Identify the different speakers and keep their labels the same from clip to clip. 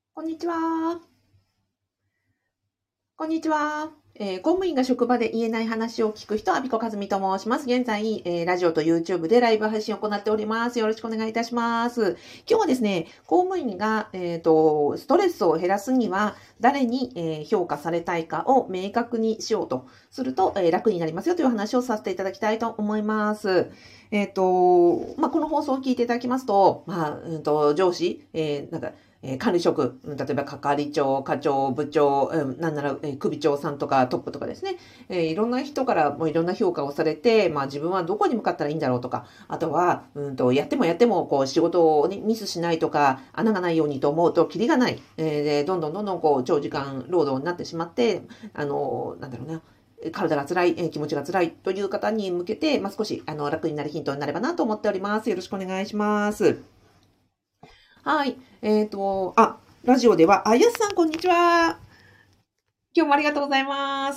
Speaker 1: こんにちは。こんにちは。公務員が職場で言えない話を聞く人、阿比子和美と申します。現在、ラジオと YouTube でライブ配信を行っております。よろしくお願いいたします。今日はですね、公務員が、ストレスを減らすには、誰に、評価されたいかを明確にしようとすると、楽になりますよという話をさせていただきたいと思います。この放送を聞いていただきますと、上司、管理職、例えば係長、課長、部長、なんなら、首長さんとかトップとかですね、いろんな人からもいろんな評価をされて、自分はどこに向かったらいいんだろうとか、あとは、やってもやっても、仕事をね、ミスしないとか、穴がないようにと思うと、キリがない。で、どんどんどんどん、長時間労働になってしまって、体が辛い、気持ちが辛いという方に向けて、少し、楽になるヒントになればなと思っております。よろしくお願いします。はい。ラジオでは、やすさん、こんにちは。今日もありがとうございます。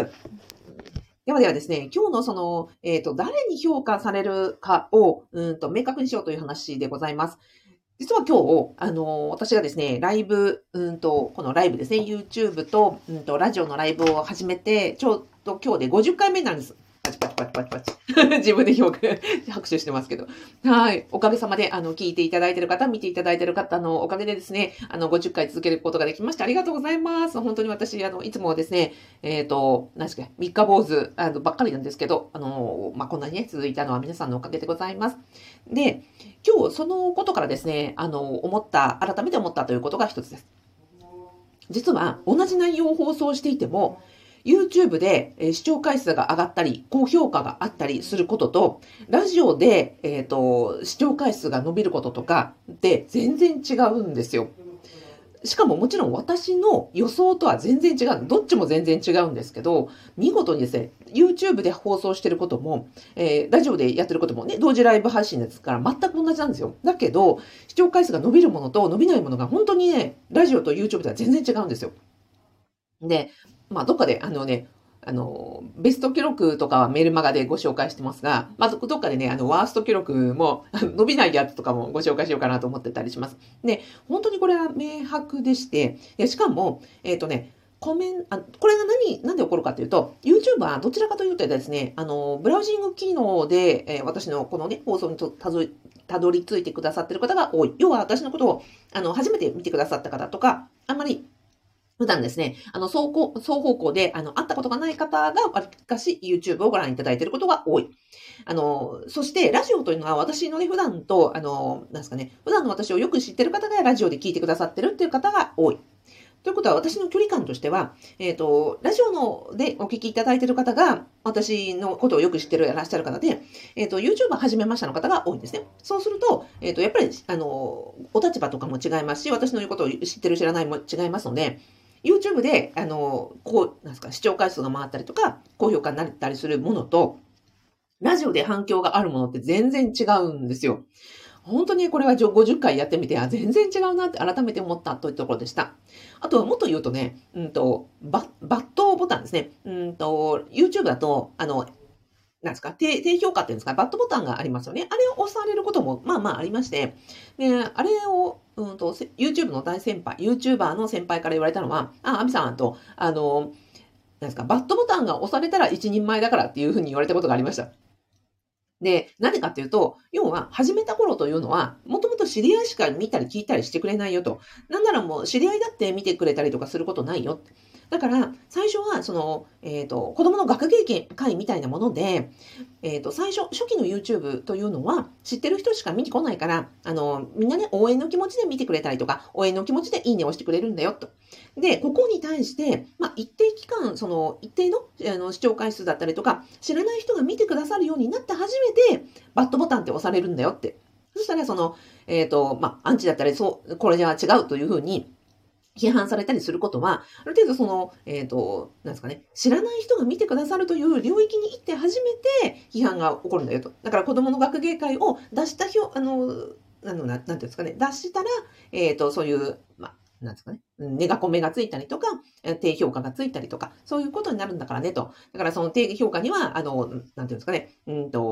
Speaker 1: ではではですね、今日の誰に評価されるかを、明確にしようという話でございます。実は今日、私がですね、ライブ、このライブですね、YouTube と、ラジオのライブを始めて、ちょうど今日で50回目なんです。パチパチパチパチパチ。自分で拍手してますけど。はい。おかげさまで、聞いていただいている方、見ていただいている方のおかげでですね、50回続けることができました。ありがとうございます。本当に私、いつもですね、何ですか、三日坊主、ばっかりなんですけど、こんなにね、続いたのは皆さんのおかげでございます。で、今日そのことからですね、改めて思ったということが一つです。実は同じ内容を放送していても、YouTube で視聴回数が上がったり、高評価があったりすることと、ラジオで、視聴回数が伸びることとかで全然違うんですよ。しかももちろん私の予想とは全然違う。どっちも全然違うんですけど、見事にですね、YouTube で放送してることも、ラジオでやってることもね、同時ライブ配信ですから全く同じなんですよ。だけど、視聴回数が伸びるものと伸びないものが本当にね、ラジオと YouTube では全然違うんですよ。で、どっかでベスト記録とかはメールマガでご紹介してますが、どっかでね、ワースト記録も、伸びないやつとかもご紹介しようかなと思ってたりします。で、本当にこれは明白でして、しかも、これがなんで起こるかというと、YouTube はどちらかというとですね、ブラウジング機能で、私のこのね、放送にたどり着いてくださっている方が多い。要は私のことを、初めて見てくださった方とか、あんまり普段ですね、双方向で、会ったことがない方が、わりかし YouTube をご覧いただいていることが多い。そして、ラジオというのは私のね、普段と、なんですかね、普段の私をよく知っている方がラジオで聞いてくださってるっていう方が多い。ということは、私の距離感としては、ラジオでお聞きいただいている方が、私のことをよく知ってらっしゃる方で、YouTuber 始めましたの方が多いんですね。そうすると、やっぱり、お立場とかも違いますし、私の言うことを知ってる知らないも違いますので、YouTube で、なんですか、視聴回数が回ったりとか、高評価になったりするものと、ラジオで反響があるものって全然違うんですよ。本当にこれは50回やってみて、全然違うなって改めて思ったというところでした。あとはもっと言うとね、バットボタンですね。YouTube だと、なんですか、低評価っていうんですか、バットボタンがありますよね。あれを押されることも、ありまして、で、あれを、YouTube の大先輩、YouTuber の先輩から言われたのは、アミさんと、なんですか、バットボタンが押されたら一人前だからっていうふうに言われたことがありました。で、なぜかっていうと、要は始めた頃というのは、もともと知り合いしか見たり聞いたりしてくれないよと。なんならもう知り合いだって見てくれたりとかすることないよ。だから、最初は、子供の学芸会みたいなもので、初期の YouTube というのは、知ってる人しか見てこないから、みんなね、応援の気持ちで見てくれたりとか、応援の気持ちでいいねを押してくれるんだよ、と。で、ここに対して、一定期間、一定の、視聴回数だったりとか、知らない人が見てくださるようになって初めて、バットボタンって押されるんだよって。そしたら、アンチだったり、これじゃ違うというふうに、批判されたりすることは、ある程度なんですかね、知らない人が見てくださるという領域に行って初めて批判が起こるんだよと。だから子供の学芸会を出したなんていうんですかね、出したら、そういう、なんですかね、ネガコメがついたりとか、低評価がついたりとか、そういうことになるんだからねと。だからその低評価には、なんていうんですかね、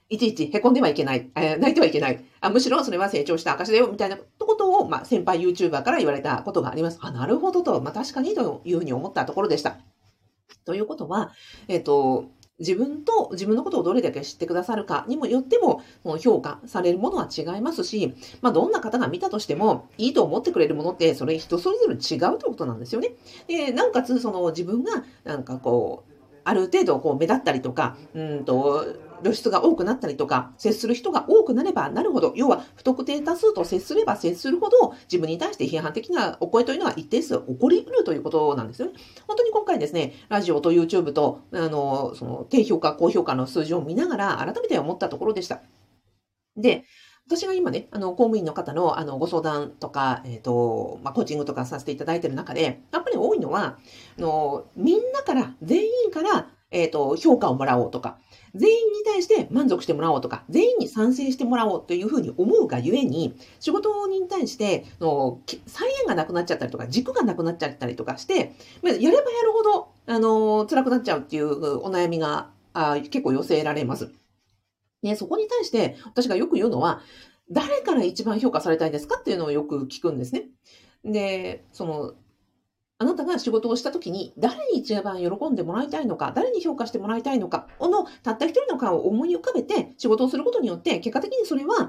Speaker 1: いちいち凹んではいけない、泣いてはいけない。むしろそれは成長した証だよ、みたいなことを、先輩 YouTuber から言われたことがあります。なるほどと、確かにというふうに思ったところでした。ということは、自分のことをどれだけ知ってくださるかにもよっても、評価されるものは違いますし、どんな方が見たとしても、いいと思ってくれるものって、それ人それぞれ違うということなんですよね。で、なおかつ、自分が、ある程度目立ったりとか、露出が多くなったりとか、接する人が多くなればなるほど、要は不特定多数と接すれば接するほど、自分に対して批判的なお声というのは一定数起こり得るということなんですよね。本当に今回ですね、ラジオと YouTube と、その低評価、高評価の数字を見ながら改めて思ったところでした。で、私が今ね、公務員の方の、ご相談とか、コーチングとかさせていただいている中で、やっぱり多いのは、みんなから、全員から、評価をもらおうとか、全員に対して満足してもらおうとか、全員に賛成してもらおうというふうに思うがゆえに、仕事に対して、再現がなくなっちゃったりとか、軸がなくなっちゃったりとかして、やればやるほど、辛くなっちゃうっていうお悩みが、結構寄せられます。ね、そこに対して私がよく言うのは、誰から一番評価されたいですかっていうのをよく聞くんですね。で、あなたが仕事をしたときに、誰に一番喜んでもらいたいのか、誰に評価してもらいたいのか、たった一人の顔を思い浮かべて仕事をすることによって、結果的にそれは、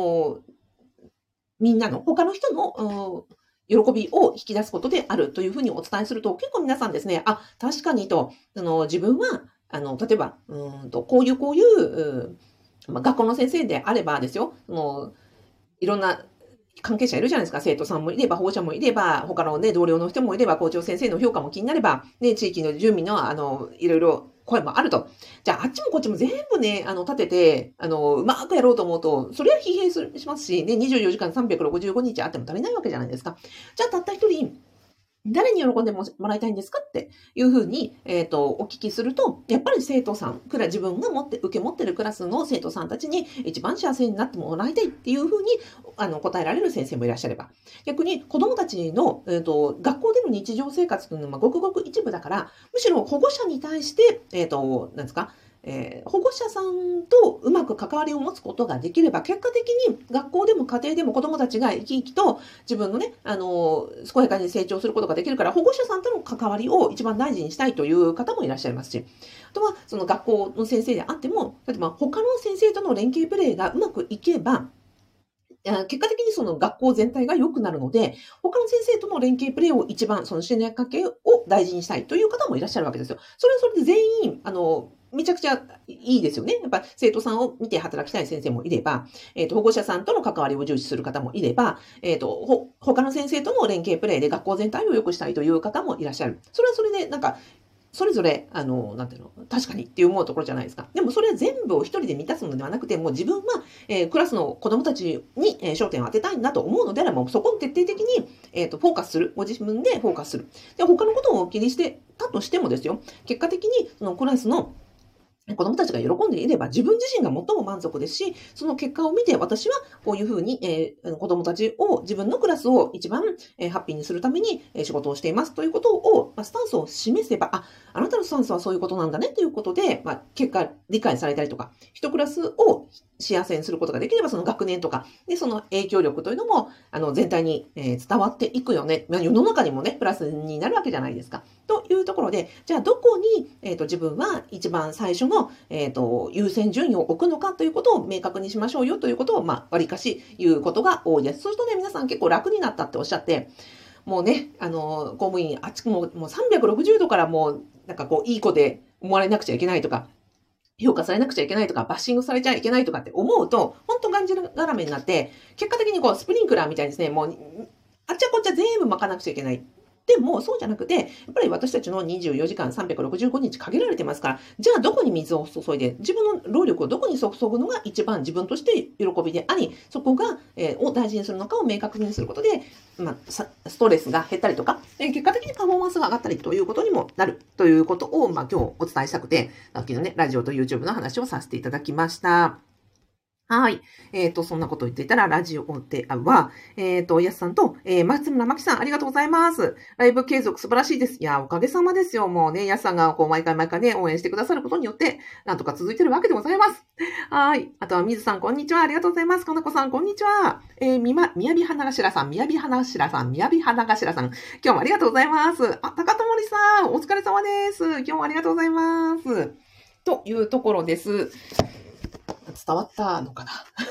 Speaker 1: みんなの、他の人の、喜びを引き出すことであるというふうにお伝えすると、結構皆さんですね、確かにと、自分は、例えば、こういう、学校の先生であればですよ、いろんな関係者いるじゃないですか。生徒さんもいれば、保護者もいれば、他のね、同僚の人もいれば、校長先生の評価も気になれば、ね、地域の住民の、いろいろ声もあると。じゃあ、あっちもこっちも全部ね、立てて、うまくやろうと思うと、それは疲弊しますし、ね、24時間365日あっても足りないわけじゃないですか。じゃあ、たった一人、誰に喜んでもらいたいんですかっていうふうに、お聞きすると、やっぱり生徒さん、自分が受け持ってるクラスの生徒さんたちに一番幸せになってもらいたいっていうふうに、答えられる先生もいらっしゃれば。逆に子供たちの、学校での日常生活というのはごくごく一部だから、むしろ保護者に対して、なんですか、保護者さんとうまく関わりを持つことができれば、結果的に学校でも家庭でも子供たちが生き生きと自分のね、健やかに成長することができるから、保護者さんとの関わりを一番大事にしたいという方もいらっしゃいますし、あとはその学校の先生であっても、例えば他の先生との連携プレーがうまくいけば、結果的にその学校全体が良くなるので、他の先生との連携プレーを一番、その信頼関係を大事にしたいという方もいらっしゃるわけですよ。それはそれで全員、めちゃくちゃいいですよね。やっぱ生徒さんを見て働きたい先生もいれば、保護者さんとの関わりを重視する方もいれば、他の先生との連携プレーで学校全体を良くしたいという方もいらっしゃる。それはそれで、それぞれ、なんていうの、確かにって思うところじゃないですか。でもそれは全部を一人で満たすのではなくて、もう自分は、クラスの子供たちに、焦点を当てたいなと思うのであれば、もうそこに徹底的に、フォーカスする。ご自分でフォーカスする。で、他のことを気にしてたとしてもですよ、結果的にそのクラスの子供たちが喜んでいれば自分自身が最も満足ですし、その結果を見て私はこういうふうに、子供たちを、自分のクラスを一番、ハッピーにするために、仕事をしていますということを、スタンスを示せば、あなたのスタンスはそういうことなんだねということで、結果理解されたりとか、一クラスを幸せにすることができれば、その学年とか、で、その影響力というのも、全体に、伝わっていくよね。世の中にもね、プラスになるわけじゃないですか。というところで、じゃあどこに、自分は一番最初の、優先順位を置くのかということを明確にしましょうよということを、割かし言うことが多いです。そうするとね、皆さん結構楽になったっておっしゃって、もうね、公務員、あっちも360度からもう、いい子で思われなくちゃいけないとか、評価されなくちゃいけないとか、バッシングされちゃいけないとかって思うと、本当がんじがらめになって、結果的にスプリンクラーみたいにですね、もう、あっちゃこっちゃ全部巻かなくちゃいけない。でも、そうじゃなくて、やっぱり私たちの24時間365日限られてますから、じゃあどこに水を注いで、自分の労力をどこに注ぐのが一番自分として喜びであり、そこが、を大事にするのかを明確にすることで、ストレスが減ったりとか、結果的にパフォーマンスが上がったりということにもなるということを、今日お伝えしたくて、さっきのね、ラジオと YouTube の話をさせていただきました。 はい。そんなこと言っていたら、ラジオでは、やすさんと、松村真希さん、ありがとうございます。ライブ継続素晴らしいです。いや、おかげさまですよ。もうね、やすさんが、毎回毎回ね、応援してくださることによって、なんとか続いてるわけでございます。はい。あとは、水さん、こんにちは。ありがとうございます。かなこさん、こんにちは。みやび花頭さん、みやび花頭さん、みやび花頭さん、今日もありがとうございます。あ、高友さん、お疲れ様です。今日もありがとうございます。というところです。伝わったのかな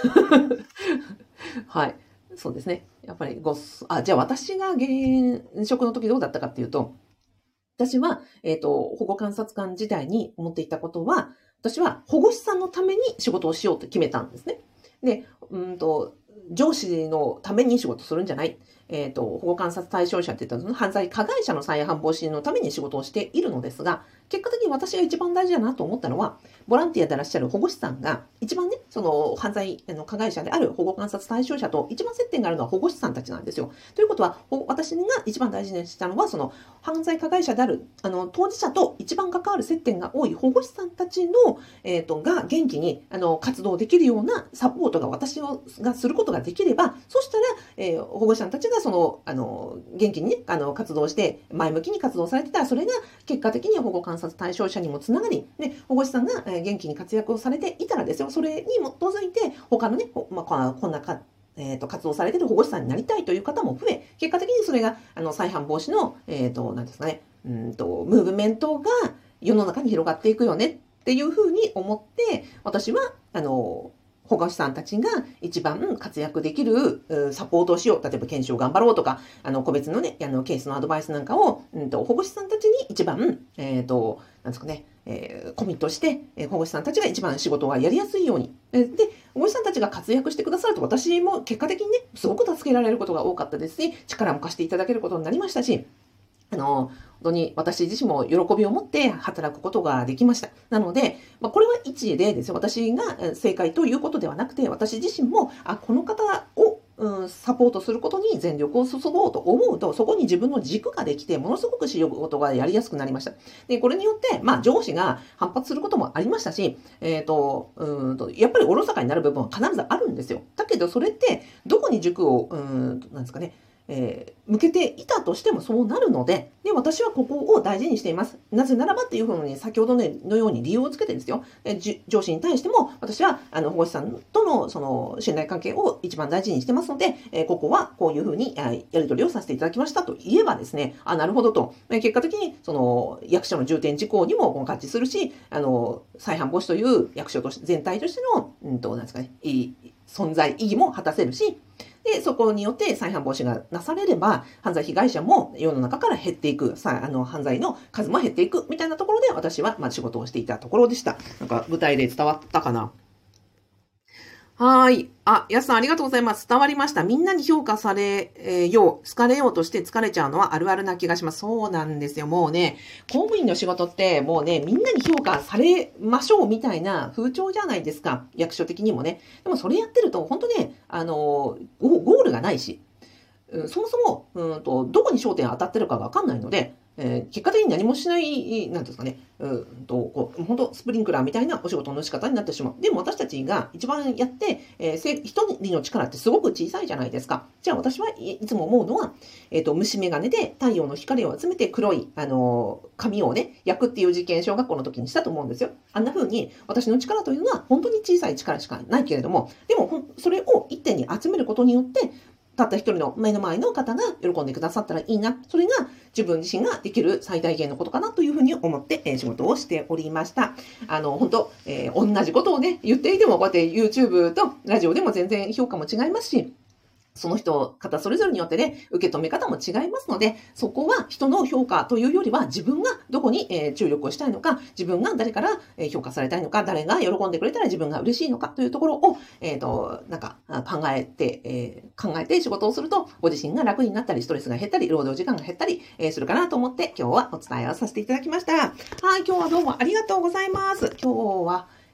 Speaker 1: はい。そうですね。やっぱりじゃあ私が現職の時どうだったかっていうと、私は、保護観察官時代に思っていたことは、私は保護士さんのために仕事をしようと決めたんですね。で、上司のために仕事するんじゃない。保護観察対象者って言ったら、犯罪加害者の再犯防止のために仕事をしているのですが、結果的に私が一番大事だなと思ったのは、ボランティアでいらっしゃる保護士さんが、一番ね、その犯罪加害者である保護観察対象者と一番接点があるのは保護士さんたちなんですよ。ということは、私が一番大事にしたのは、その犯罪加害者である、当事者と一番関わる接点が多い保護士さんたちの、が元気に、活動できるようなサポートが私がすることができれば、そしたら、保護者さんたちが元気にね、活動して、前向きに活動されてたら、それが結果的に保護観察対象者にもつながり、で、保護士さんが元気に活躍をされていたらですよ、それに基づいて、他のね、こんな活動されている保護士さんになりたいという方も増え、結果的にそれが、再犯防止の、なんですかね、ムーブメントが世の中に広がっていくよねっていうふうに思って、私は、保護士さんたちが一番活躍できるサポートをしよう。例えば研修を頑張ろうとか、個別のね、ケースのアドバイスなんかを、保護士さんたちに一番、なんですかね、コミットして、保護士さんたちが一番仕事がやりやすいように。で、保護士さんたちが活躍してくださると、私も結果的にね、すごく助けられることが多かったですし、力も貸していただけることになりましたし、本当に私自身も喜びを持って働くことができました。なので、これは一例ですよ。私が正解ということではなくて、私自身も、この方をサポートすることに全力を注ごうと思うと、そこに自分の軸ができて、ものすごく仕事がやりやすくなりました。で、これによって、上司が反発することもありましたし、やっぱりおろそかになる部分は必ずあるんですよ。だけど、それって、どこに軸を、なんですかね、向けていたとしてもそうなるので、私はここを大事にしています。なぜならばっていうふうに、先ほどのように理由をつけてですよ。上司に対しても、私は、保護士さんとの、信頼関係を一番大事にしてますので、ここはこういうふうに、やり取りをさせていただきましたと言えばですね、なるほどと。結果的に、役所の重点事項にも合致するし、再犯防止という役所として、全体としての、なんですかね、存在意義も果たせるし、で、そこによって再犯防止がなされれば、犯罪被害者も世の中から減っていく、犯罪の数も減っていく、みたいなところで私は、仕事をしていたところでした。なんか、具体例伝わったかな。はい。やすさんありがとうございます。伝わりました。みんなに評価されよう、好かれようとして疲れちゃうのはあるあるな気がします。そうなんですよ。もうね、公務員の仕事ってもうね、みんなに評価されましょうみたいな風潮じゃないですか。役所的にもね。でもそれやってると、本当ね、ゴールがないし、そもそも、どこに焦点当たってるかがわかんないので、結果的に何もしない、なんですかね、本当スプリンクラーみたいなお仕事の仕方になってしまう。でも私たちが一番やって、一人の力ってすごく小さいじゃないですか。じゃあ私はいつも思うのは、虫眼鏡で太陽の光を集めて黒い、紙をね、焼くっていう実験小学校の時にしたと思うんですよ。あんな風に私の力というのは本当に小さい力しかないけれども、でもそれを一点に集めることによって、たった一人の目の前の方が喜んでくださったらいいな。それが自分自身ができる最大限のことかなというふうに思って、仕事をしておりました。本当、同じことをね、言っていても、こうやって YouTube とラジオでも全然評価も違いますし、その方それぞれによってね、受け止め方も違いますので、そこは人の評価というよりは自分がどこに注力をしたいのか、自分が誰から評価されたいのか、誰が喜んでくれたら自分が嬉しいのかというところを、なんか考えて仕事をすると、ご自身が楽になったり、ストレスが減ったり、労働時間が減ったりするかなと思って、今日はお伝えをさせていただきました。はい、今日はどうもありがとうございます。今日は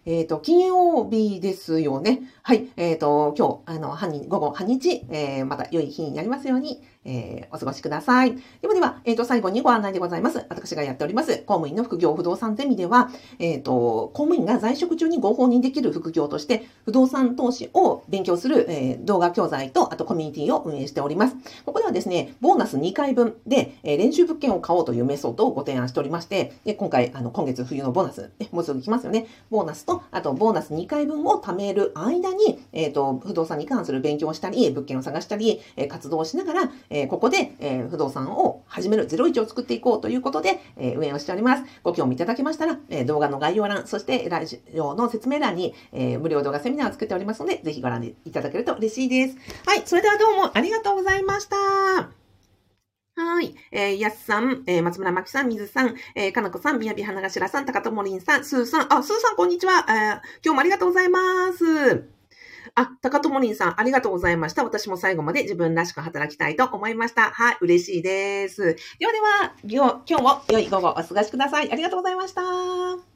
Speaker 1: 金曜日ですよね。はい。今日、午後、半日、また良い日になりますように、お過ごしください。ではでは、最後にご案内でございます。私がやっております、公務員の副業不動産ゼミでは、公務員が在職中にご訪認できる副業として、不動産投資を勉強する、動画教材と、あとコミュニティを運営しております。ここではですね、ボーナス2回分で、練習物件を買おうというメソッドをご提案しておりまして、で今回、今月冬のボーナス、もうすぐ来ますよね。ボーナスと、あとボーナス2回分を貯める間に、不動産に関する勉強をしたり、物件を探したり、活動をしながら、ここで、不動産を始める01を作っていこうということで、運営をしております。ご興味いただけましたら、動画の概要欄、そしてラジオの説明欄に、無料動画セミナーを作っておりますので、ぜひご覧いただけると嬉しいです。はい、それではどうもありがとうございました。はい。やすさん、松村真希さん、水さん、かなこさん、みやび花頭さん、高友凛さん、スーさん、スーさん、こんにちは。今日もありがとうございます。高友凛さん、ありがとうございました。私も最後まで自分らしく働きたいと思いました。はい、嬉しいです。ではでは、今日も良い午後お過ごしください。ありがとうございました。